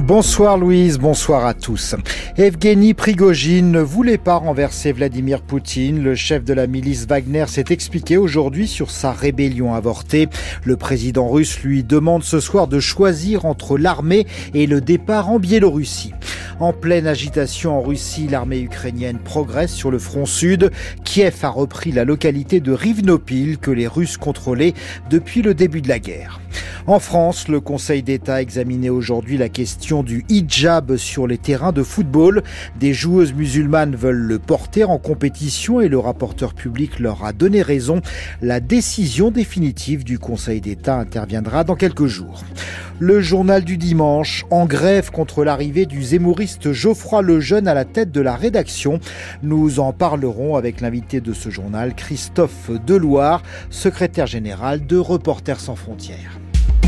Bonsoir Louise, bonsoir à tous. Evgeny Prigojine ne voulait pas renverser Vladimir Poutine. Le chef de la milice Wagner s'est expliqué aujourd'hui sur sa rébellion avortée. Le président russe lui demande ce soir de choisir entre l'armée et le départ en Biélorussie. En pleine agitation en Russie, l'armée ukrainienne progresse sur le front sud. Kiev a repris la localité de Rivnopil que les Russes contrôlaient depuis le début de la guerre. En France, le Conseil d'État a examiné aujourd'hui la question du hijab sur les terrains de football. Des joueuses musulmanes veulent le porter en compétition et le rapporteur public leur a donné raison. La décision définitive du Conseil d'État interviendra dans quelques jours. Le journal du dimanche, en grève contre l'arrivée du zémouriste Geoffroy Lejeune à la tête de la rédaction. Nous en parlerons avec l'invité de ce journal, Christophe Deloire, secrétaire général de Reporters sans frontières.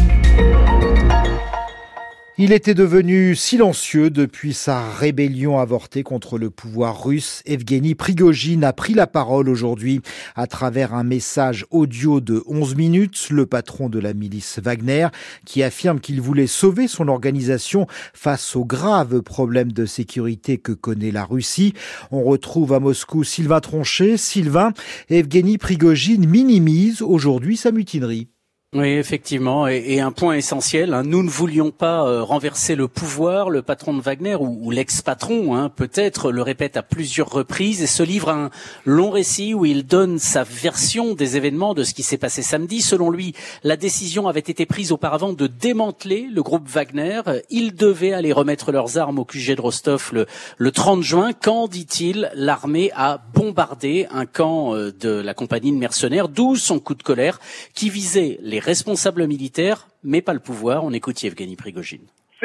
Il était devenu silencieux depuis sa rébellion avortée contre le pouvoir russe. Evgeny Prigojine a pris la parole aujourd'hui à travers un message audio de 11 minutes. Le patron de la milice Wagner qui affirme qu'il voulait sauver son organisation face aux graves problèmes de sécurité que connaît la Russie. On retrouve à Moscou Sylvain Tronchet. Sylvain, Evgeny Prigojine minimise aujourd'hui sa mutinerie. Oui, effectivement, et un point essentiel, nous ne voulions pas renverser le pouvoir. Le patron de Wagner, ou l'ex-patron, peut-être, le répète à plusieurs reprises et se livre à un long récit où il donne sa version des événements, de ce qui s'est passé samedi. Selon lui, la décision avait été prise auparavant de démanteler le groupe Wagner. Ils devaient aller remettre leurs armes au QG de Rostov le 30 juin, quand, dit-il, l'armée a bombardé un camp de la compagnie de mercenaires, d'où son coup de colère qui visait les responsables militaires, mais pas le pouvoir. On écoute Evgeny Prigojine.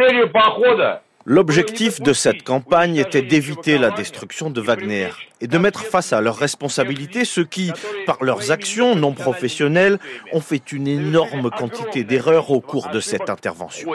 L'objectif de cette campagne était d'éviter la destruction de Wagner et de mettre face à leurs responsabilités ceux qui, par leurs actions non professionnelles, ont fait une énorme quantité d'erreurs au cours de cette intervention.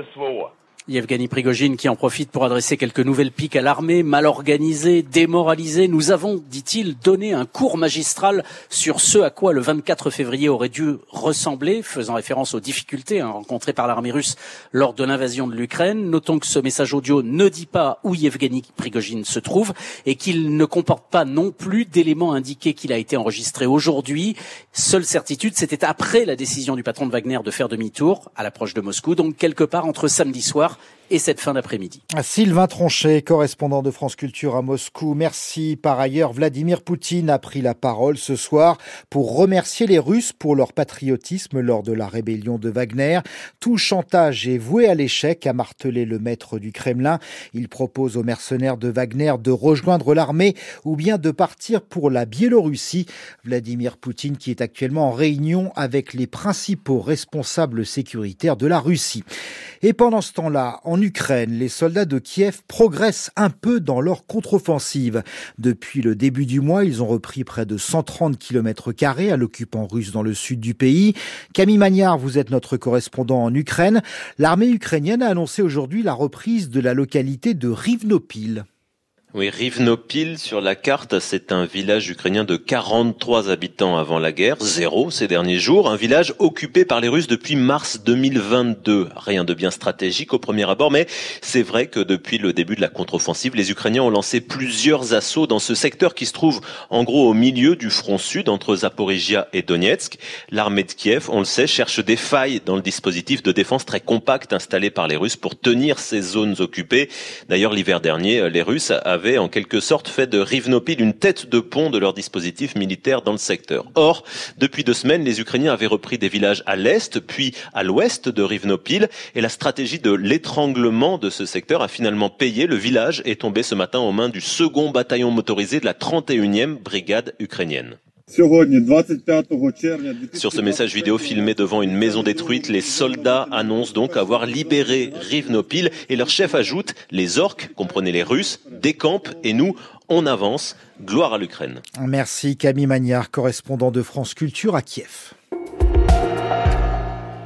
Evgeny Prigojine qui en profite pour adresser quelques nouvelles piques à l'armée, mal organisée, démoralisée. Nous avons, dit-il, donné un cours magistral sur ce à quoi le 24 février aurait dû ressembler, faisant référence aux difficultés rencontrées par l'armée russe lors de l'invasion de l'Ukraine. Notons que ce message audio ne dit pas où Evgeny Prigojine se trouve et qu'il ne comporte pas non plus d'éléments indiqués qu'il a été enregistré aujourd'hui. Seule certitude, c'était après la décision du patron de Wagner de faire demi-tour à l'approche de Moscou, donc quelque part entre samedi soir et cette fin d'après-midi. Sylvain Tronchet, correspondant de France Culture à Moscou. Merci. Par ailleurs, Vladimir Poutine a pris la parole ce soir pour remercier les Russes pour leur patriotisme lors de la rébellion de Wagner. Tout chantage est voué à l'échec, a martelé le maître du Kremlin. Il propose aux mercenaires de Wagner de rejoindre l'armée ou bien de partir pour la Biélorussie. Vladimir Poutine qui est actuellement en réunion avec les principaux responsables sécuritaires de la Russie. Et pendant ce temps-là, en Ukraine, les soldats de Kiev progressent un peu dans leur contre-offensive. Depuis le début du mois, ils ont repris près de 130 km² à l'occupant russe dans le sud du pays. Camille Magnard, vous êtes notre correspondant en Ukraine. L'armée ukrainienne a annoncé aujourd'hui la reprise de la localité de Rivnopil. Oui, Rivnopil sur la carte, c'est un village ukrainien de 43 habitants avant la guerre, 0 ces derniers jours, un village occupé par les Russes depuis mars 2022. Rien de bien stratégique au premier abord, mais c'est vrai que depuis le début de la contre-offensive, les Ukrainiens ont lancé plusieurs assauts dans ce secteur qui se trouve en gros au milieu du front sud entre Zaporijia et Donetsk. L'armée de Kiev, on le sait, cherche des failles dans le dispositif de défense très compact installé par les Russes pour tenir ces zones occupées. D'ailleurs, l'hiver dernier, les Russes avaient en quelque sorte fait de Rivnopil une tête de pont de leur dispositif militaire dans le secteur. Or, depuis 2 semaines, les Ukrainiens avaient repris des villages à l'est, puis à l'ouest de Rivnopil, et la stratégie de l'étranglement de ce secteur a finalement payé. Le village est tombé ce matin aux mains du 2e bataillon motorisé de la 31e brigade ukrainienne. Sur ce message vidéo filmé devant une maison détruite, les soldats annoncent donc avoir libéré Rivnopil et leur chef ajoute « Les orques, comprenez les Russes, décampent et nous, on avance. Gloire à l'Ukraine ». Merci Camille Magnard, correspondant de France Culture à Kiev.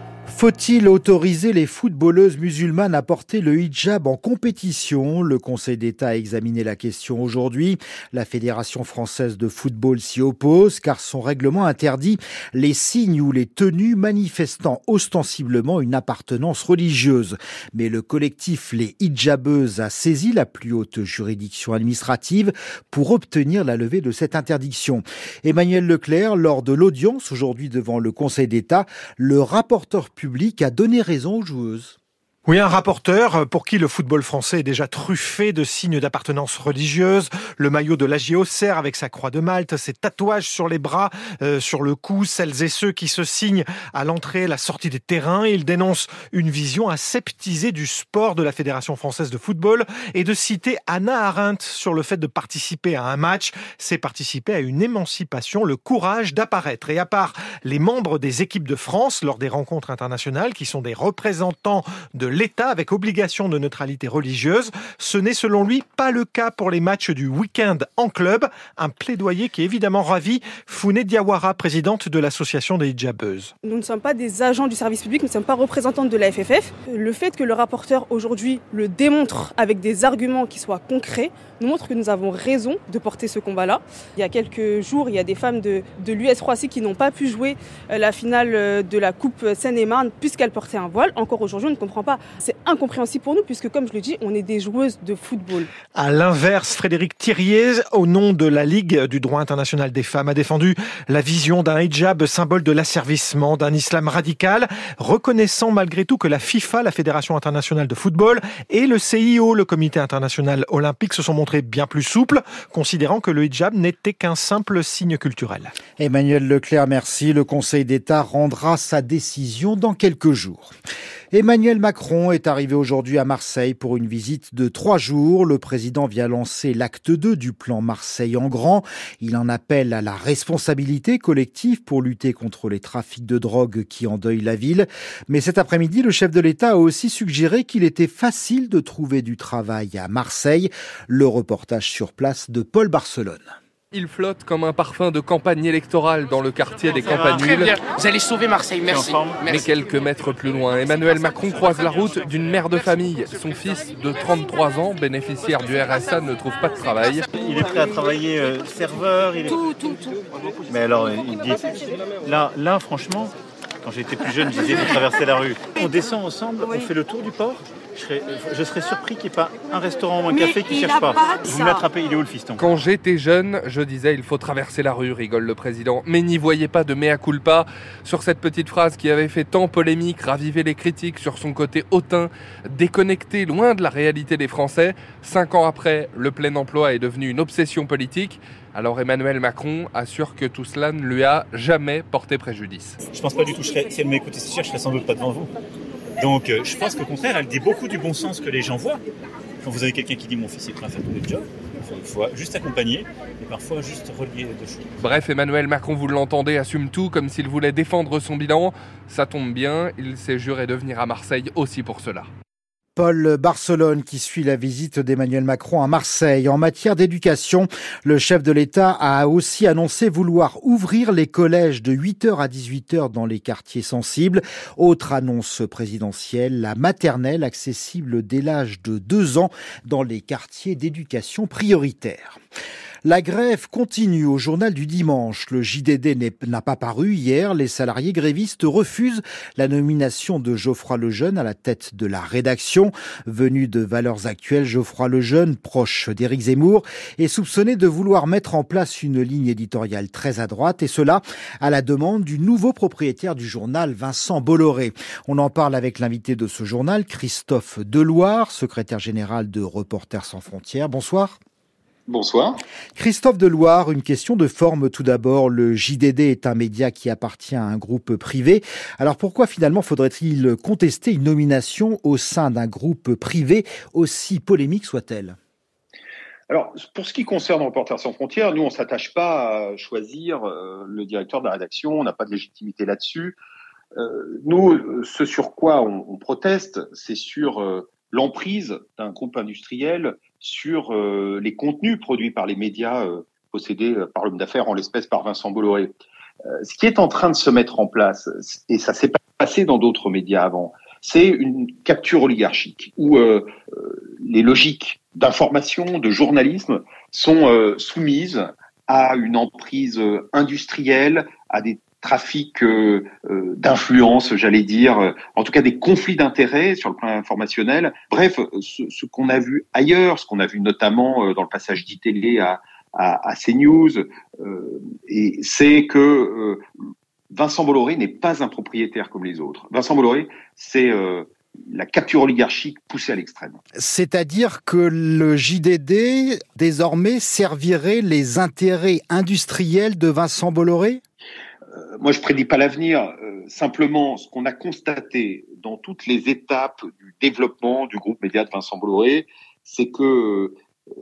Faut-il autoriser les footballeuses musulmanes à porter le hijab en compétition ? Le Conseil d'État a examiné la question aujourd'hui. La Fédération française de football s'y oppose car son règlement interdit les signes ou les tenues manifestant ostensiblement une appartenance religieuse. Mais le collectif Les Hijabeuses a saisi la plus haute juridiction administrative pour obtenir la levée de cette interdiction. Emmanuel Leclerc, lors de l'audience aujourd'hui devant le Conseil d'État, le rapporteur public a donné raison aux joueuses. Oui, un rapporteur pour qui le football français est déjà truffé de signes d'appartenance religieuse. Le maillot de l'AJ Auxerre avec sa croix de Malte, ses tatouages sur les bras, sur le cou, celles et ceux qui se signent à l'entrée, la sortie des terrains. Il dénonce une vision aseptisée du sport de la Fédération française de football et de citer Hannah Arendt sur le fait de participer à un match. C'est participer à une émancipation, le courage d'apparaître. Et à part les membres des équipes de France lors des rencontres internationales qui sont des représentants de l'État avec obligation de neutralité religieuse. Ce n'est selon lui pas le cas pour les matchs du week-end en club. Un plaidoyer qui évidemment ravit Founé Diawara, présidente de l'association des hijabeuses. Nous ne sommes pas des agents du service public, nous ne sommes pas représentantes de la FFF. Le fait que le rapporteur aujourd'hui le démontre avec des arguments qui soient concrets nous montre que nous avons raison de porter ce combat-là. Il y a quelques jours, il y a des femmes de l'US Roissy qui n'ont pas pu jouer la finale de la Coupe Seine-et-Marne puisqu'elles portaient un voile. Encore aujourd'hui, on ne comprend pas. C'est incompréhensible pour nous puisque, comme je le dis, on est des joueuses de football. À l'inverse, Frédéric Thiriez, au nom de la Ligue du droit international des femmes, a défendu la vision d'un hijab symbole de l'asservissement, d'un islam radical, reconnaissant malgré tout que la FIFA, la Fédération internationale de football, et le CIO, le Comité international olympique, se sont montrés bien plus souples, considérant que le hijab n'était qu'un simple signe culturel. Emmanuel Leclerc, merci. Le Conseil d'État rendra sa décision dans quelques jours. Emmanuel Macron est arrivé aujourd'hui à Marseille pour une visite de 3 jours. Le président vient lancer l'acte 2 du plan Marseille en grand. Il en appelle à la responsabilité collective pour lutter contre les trafics de drogue qui endeuillent la ville. Mais cet après-midi, le chef de l'État a aussi suggéré qu'il était facile de trouver du travail à Marseille. Le reportage sur place de Paul Barcelone. Il flotte comme un parfum de campagne électorale dans le quartier des Campaniles. Vous allez sauver Marseille, merci. Mais quelques mètres plus loin, Emmanuel Macron croise la route d'une mère de famille. Son fils de 33 ans, bénéficiaire du RSA, ne trouve pas de travail. Il est prêt à travailler serveur. Tout. Mais alors, il dit, là, franchement, quand j'étais plus jeune, je disais, il faut traverser la rue. On descend ensemble, on fait le tour du port. Je serais surpris qu'il n'y ait pas un restaurant ou un café qui ne cherche pas. Vous me l'attrapez, il est où le fiston ? Quand j'étais jeune, je disais il faut traverser la rue, rigole le président. Mais n'y voyez pas de mea culpa sur cette petite phrase qui avait fait tant polémique, raviver les critiques sur son côté hautain, déconnecté, loin de la réalité des Français. 5 ans après, le plein emploi est devenu une obsession politique. Alors Emmanuel Macron assure que tout cela ne lui a jamais porté préjudice. Je pense pas du tout, si elle m'écoutait si cher, je serais sans doute pas devant vous. Donc je pense qu'au contraire, elle dit beaucoup du bon sens que les gens voient. Quand vous avez quelqu'un qui dit mon fils est prêt à faire tous les jobs, il faut juste accompagner et parfois juste relier les deux choses. Bref, Emmanuel Macron, vous l'entendez, assume tout comme s'il voulait défendre son bilan. Ça tombe bien, il s'est juré de venir à Marseille aussi pour cela. Paul Barcelone qui suit la visite d'Emmanuel Macron à Marseille. En matière d'éducation, le chef de l'État a aussi annoncé vouloir ouvrir les collèges de 8h à 18h dans les quartiers sensibles. Autre annonce présidentielle, la maternelle accessible dès l'âge de 2 ans dans les quartiers d'éducation prioritaire. La grève continue au journal du dimanche. Le JDD n'a pas paru hier. Les salariés grévistes refusent la nomination de Geoffroy Lejeune à la tête de la rédaction. Venu de Valeurs Actuelles, Geoffroy Lejeune, proche d'Éric Zemmour, est soupçonné de vouloir mettre en place une ligne éditoriale très à droite, et cela à la demande du nouveau propriétaire du journal, Vincent Bolloré. On en parle avec l'invité de ce journal, Christophe Deloire, secrétaire général de Reporters sans frontières. Bonsoir. Bonsoir. Christophe Deloire, une question de forme tout d'abord. Le JDD est un média qui appartient à un groupe privé. Alors pourquoi finalement faudrait-il contester une nomination au sein d'un groupe privé, aussi polémique soit-elle ? Alors, pour ce qui concerne Reporters sans frontières, nous, on ne s'attache pas à choisir le directeur de la rédaction, on n'a pas de légitimité là-dessus. Nous, ce sur quoi on proteste, c'est sur l'emprise d'un groupe industriel sur les contenus produits par les médias possédés par l'homme d'affaires, en l'espèce par Vincent Bolloré. Ce qui est en train de se mettre en place, et ça s'est passé passé dans d'autres médias avant. C'est une capture oligarchique où les logiques d'information, de journalisme sont soumises à une emprise industrielle, à des trafics d'influence, j'allais dire, en tout cas des conflits d'intérêts sur le plan informationnel. Bref, ce qu'on a vu ailleurs, ce qu'on a vu notamment dans le passage d'ITélé à CNews, et c'est que Vincent Bolloré n'est pas un propriétaire comme les autres. Vincent Bolloré, c'est la capture oligarchique poussée à l'extrême. C'est-à-dire que le JDD, désormais, servirait les intérêts industriels de Vincent Bolloré ? Moi, je prédis pas l'avenir. Simplement, ce qu'on a constaté dans toutes les étapes du développement du groupe média de Vincent Bolloré, c'est que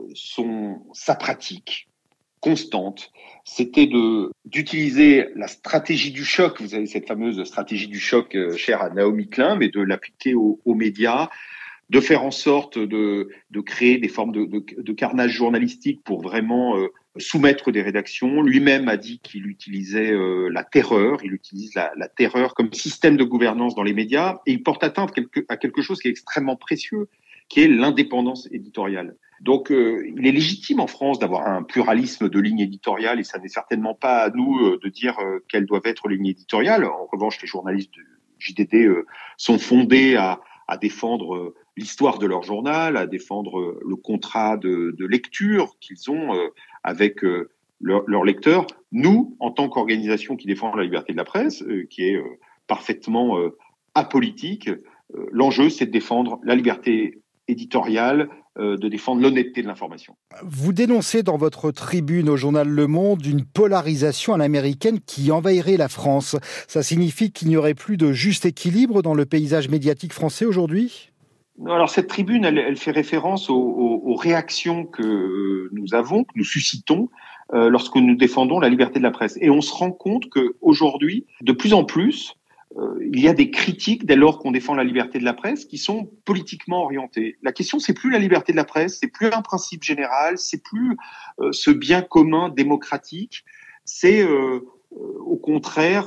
sa pratique constante, c'était d'utiliser la stratégie du choc. Vous avez cette fameuse stratégie du choc chère à Naomi Klein, mais de l'appliquer aux médias, de faire en sorte de créer des formes de carnage journalistique pour vraiment soumettre des rédactions. Lui-même a dit qu'il utilisait la terreur, il utilise la terreur comme système de gouvernance dans les médias, et il porte atteinte à quelque chose qui est extrêmement précieux, qui est l'indépendance éditoriale. Donc, il est légitime en France d'avoir un pluralisme de lignes éditoriales, et ça n'est certainement pas à nous de dire quelles doivent être les lignes éditoriales. En revanche, les journalistes du JDD sont fondés à défendre l'histoire de leur journal, à défendre le contrat de lecture qu'ils ont avec leurs lecteurs. Nous, en tant qu'organisation qui défend la liberté de la presse, qui est parfaitement apolitique, l'enjeu, c'est de défendre la liberté éditoriale, de défendre l'honnêteté de l'information. Vous dénoncez dans votre tribune au journal Le Monde une polarisation à l'américaine qui envahirait la France. Ça signifie qu'il n'y aurait plus de juste équilibre dans le paysage médiatique français aujourd'hui ? Alors cette tribune, elle fait référence aux réactions que nous avons, que nous suscitons lorsque nous défendons la liberté de la presse. Et on se rend compte qu'aujourd'hui, de plus en plus, il y a des critiques dès lors qu'on défend la liberté de la presse qui sont politiquement orientées. La question, c'est plus la liberté de la presse, c'est plus un principe général, c'est plus ce bien commun démocratique, c'est au contraire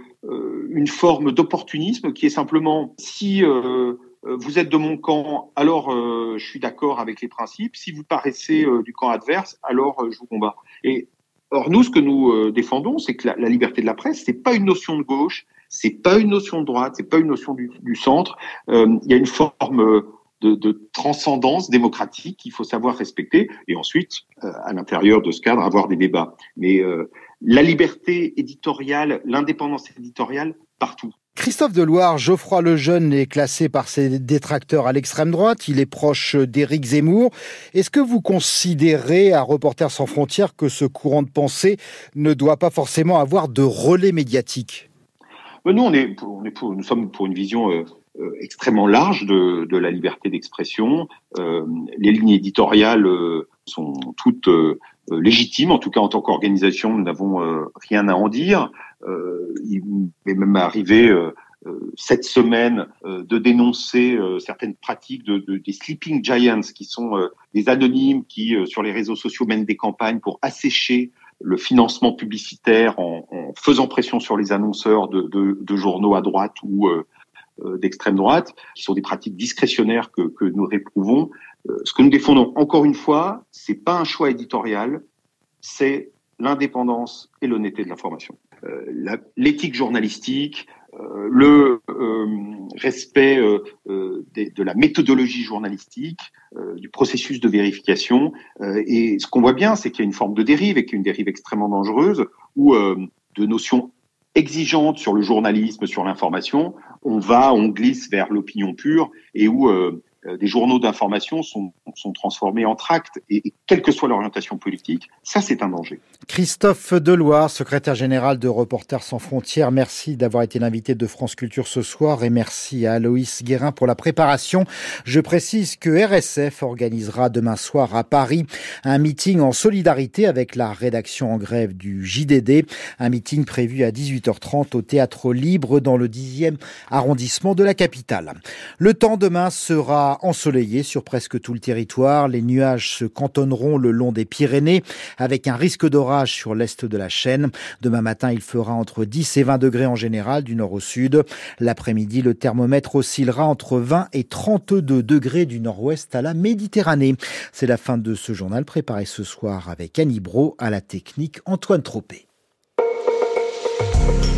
une forme d'opportunisme qui est simplement si vous êtes de mon camp, alors je suis d'accord avec les principes. Si vous paraissez du camp adverse, alors je vous combats. Or, nous, ce que nous défendons, c'est que la liberté de la presse, c'est pas une notion de gauche, c'est pas une notion de droite, c'est pas une notion du centre. Il y a une forme de transcendance démocratique qu'il faut savoir respecter, et ensuite, à l'intérieur de ce cadre, avoir des débats. Mais la liberté éditoriale, l'indépendance éditoriale, partout. Christophe Deloire, Geoffroy Lejeune est classé par ses détracteurs à l'extrême droite. Il est proche d'Éric Zemmour. Est-ce que vous considérez à Reporters sans frontières que ce courant de pensée ne doit pas forcément avoir de relais médiatique ? Nous, nous sommes pour une vision extrêmement large de la liberté d'expression. Les lignes éditoriales sont toutes légitimes. En tout cas, en tant qu'organisation, nous n'avons rien à en dire. Il m'est même arrivé cette semaine de dénoncer certaines pratiques des sleeping giants, qui sont des anonymes qui, sur les réseaux sociaux, mènent des campagnes pour assécher le financement publicitaire en faisant pression sur les annonceurs de journaux à droite ou d'extrême droite, qui sont des pratiques discrétionnaires que nous réprouvons. Ce que nous défendons, encore une fois, c'est pas un choix éditorial, c'est l'indépendance et l'honnêteté de l'information. L'éthique journalistique, le respect de la méthodologie journalistique, du processus de vérification. Et ce qu'on voit bien, c'est qu'il y a une forme de dérive, et qu'il y a une dérive extrêmement dangereuse, où de notions exigeantes sur le journalisme, sur l'information, on glisse vers l'opinion pure, et où des journaux d'information sont transformés en tracts, et quelle que soit l'orientation politique, ça c'est un danger. Christophe Deloire, secrétaire général de Reporters sans frontières, merci d'avoir été l'invité de France Culture ce soir, et merci à Aloïs Guérin pour la préparation. Je précise que RSF organisera demain soir à Paris un meeting en solidarité avec la rédaction en grève du JDD, un meeting prévu à 18h30 au Théâtre Libre dans le 10e arrondissement de la capitale. Le temps demain sera sera ensoleillé sur presque tout le territoire. Les nuages se cantonneront le long des Pyrénées avec un risque d'orage sur l'est de la chaîne. Demain matin, il fera entre 10 et 20 degrés en général du nord au sud. L'après-midi, le thermomètre oscillera entre 20 et 32 degrés du nord-ouest à la Méditerranée. C'est la fin de ce journal préparé ce soir avec Annie Brault, à la technique Antoine Tropé.